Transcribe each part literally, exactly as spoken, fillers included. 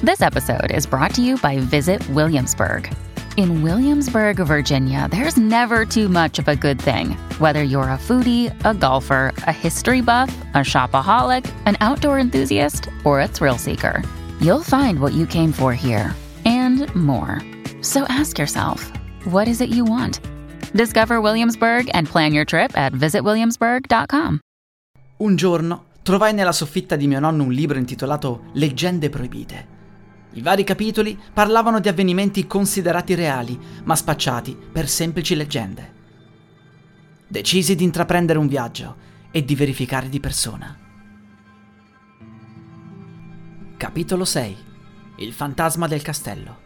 This episode is brought to you by Visit Williamsburg. In Williamsburg, Virginia, there's never too much of a good thing. Whether you're a foodie, a golfer, a history buff, a shopaholic, an outdoor enthusiast, or a thrill seeker, you'll find what you came for here and more. So ask yourself, what is it you want? Discover Williamsburg and plan your trip at visit williamsburg dot com. Un giorno trovai nella soffitta di mio nonno un libro intitolato Leggende proibite. I vari capitoli parlavano di avvenimenti considerati reali, ma spacciati per semplici leggende. Decisi di intraprendere un viaggio e di verificare di persona. Capitolo sei. Il fantasma del castello.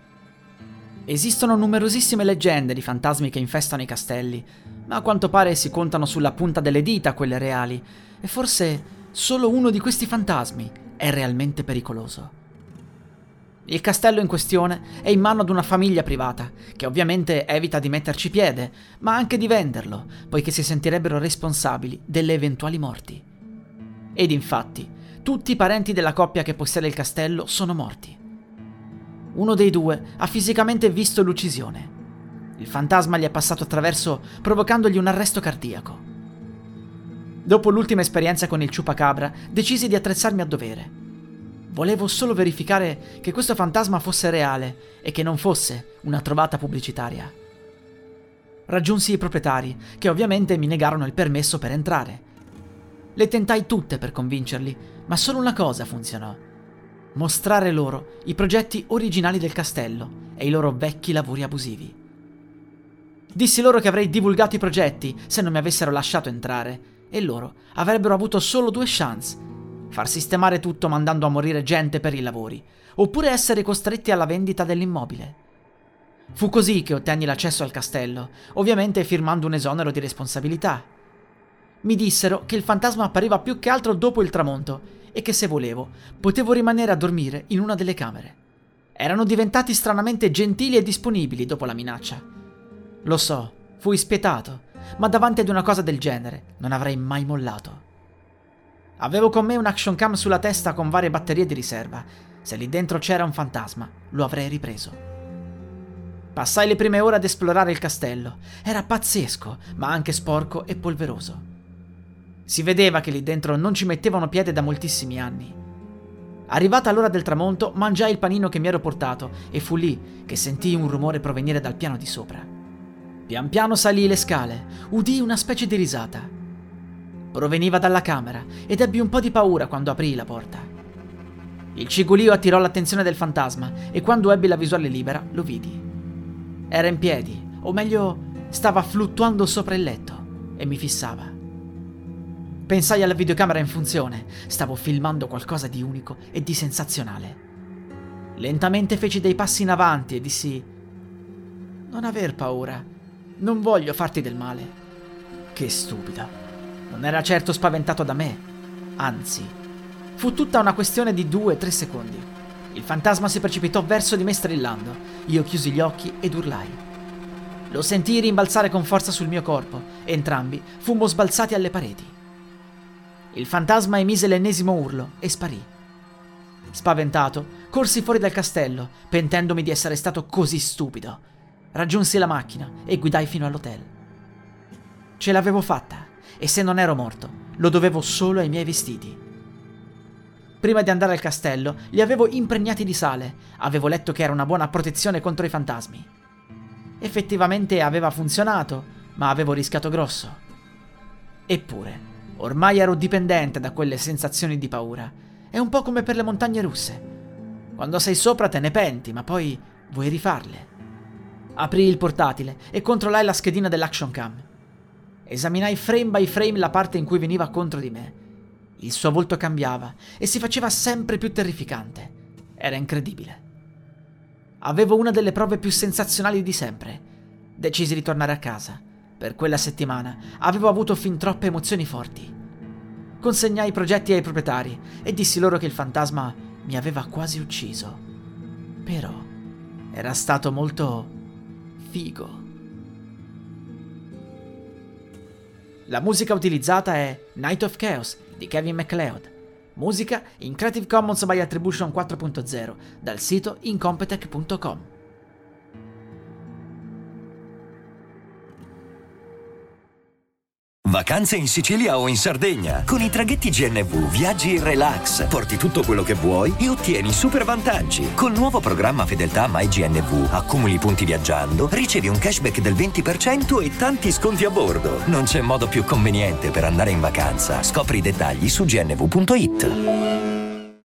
Esistono numerosissime leggende di fantasmi che infestano i castelli, ma a quanto pare si contano sulla punta delle dita quelle reali, e forse solo uno di questi fantasmi è realmente pericoloso. Il castello in questione è in mano ad una famiglia privata, che ovviamente evita di metterci piede, ma anche di venderlo, poiché si sentirebbero responsabili delle eventuali morti. Ed infatti, tutti i parenti della coppia che possiede il castello sono morti. Uno dei due ha fisicamente visto l'uccisione. Il fantasma gli è passato attraverso, provocandogli un arresto cardiaco. Dopo l'ultima esperienza con il ciupacabra, decisi di attrezzarmi a dovere. Volevo solo verificare che questo fantasma fosse reale e che non fosse una trovata pubblicitaria. Raggiunsi i proprietari, che ovviamente mi negarono il permesso per entrare. Le tentai tutte per convincerli, ma solo una cosa funzionò: mostrare loro i progetti originali del castello e i loro vecchi lavori abusivi. Dissi loro che avrei divulgato i progetti se non mi avessero lasciato entrare, e loro avrebbero avuto solo due chance: far sistemare tutto mandando a morire gente per i lavori, oppure essere costretti alla vendita dell'immobile. Fu così che ottenni l'accesso al castello, ovviamente firmando un esonero di responsabilità. Mi dissero che il fantasma appariva più che altro dopo il tramonto e che se volevo potevo rimanere a dormire in una delle camere. Erano diventati stranamente gentili e disponibili dopo la minaccia. Lo so, fui spietato, ma davanti ad una cosa del genere non avrei mai mollato. Avevo con me un action cam sulla testa con varie batterie di riserva. Se lì dentro c'era un fantasma, lo avrei ripreso. Passai le prime ore ad esplorare il castello. Era pazzesco, ma anche sporco e polveroso. Si vedeva che lì dentro non ci mettevano piede da moltissimi anni. Arrivata l'ora del tramonto, mangiai il panino che mi ero portato e fu lì che sentii un rumore provenire dal piano di sopra. Pian piano salii le scale, udii una specie di risata. Proveniva dalla camera ed ebbi un po' di paura quando aprii la porta. Il cigolio attirò l'attenzione del fantasma e quando ebbi la visuale libera lo vidi. Era in piedi, o meglio, stava fluttuando sopra il letto e mi fissava. Pensai alla videocamera in funzione, stavo filmando qualcosa di unico e di sensazionale. Lentamente feci dei passi in avanti e dissi: «Non aver paura, non voglio farti del male». Che stupido. Non era certo spaventato da me, anzi, fu tutta una questione di due o tre secondi. Il fantasma si precipitò verso di me strillando. Io chiusi gli occhi ed urlai. Lo sentii rimbalzare con forza sul mio corpo e entrambi fummo sbalzati alle pareti. Il fantasma emise l'ennesimo urlo e sparì. Spaventato, corsi fuori dal castello, pentendomi di essere stato così stupido. Raggiunsi la macchina e guidai fino all'hotel. Ce l'avevo fatta. E se non ero morto, lo dovevo solo ai miei vestiti. Prima di andare al castello, li avevo impregnati di sale. Avevo letto che era una buona protezione contro i fantasmi. Effettivamente aveva funzionato, ma avevo rischiato grosso. Eppure, ormai ero dipendente da quelle sensazioni di paura. È un po' come per le montagne russe. Quando sei sopra te ne penti, ma poi vuoi rifarle. Aprii il portatile e controllai la schedina dell'action cam. Esaminai frame by frame la parte in cui veniva contro di me. Il suo volto cambiava e si faceva sempre più terrificante. Era incredibile. Avevo una delle prove più sensazionali di sempre. Decisi di tornare a casa. Per quella settimana avevo avuto fin troppe emozioni forti. Consegnai i progetti ai proprietari e dissi loro che il fantasma mi aveva quasi ucciso. Però era stato molto figo. La musica utilizzata è Night of Chaos di Kevin MacLeod. Musica in Creative Commons by Attribution quattro punto zero dal sito incompetech punto com. Vacanze in Sicilia o in Sardegna. Con i traghetti G N V viaggi in relax, porti tutto quello che vuoi e ottieni super vantaggi. Col nuovo programma Fedeltà MyGNV accumuli punti viaggiando, ricevi un cashback del venti per cento e tanti sconti a bordo. Non c'è modo più conveniente per andare in vacanza. Scopri i dettagli su gnv punto it.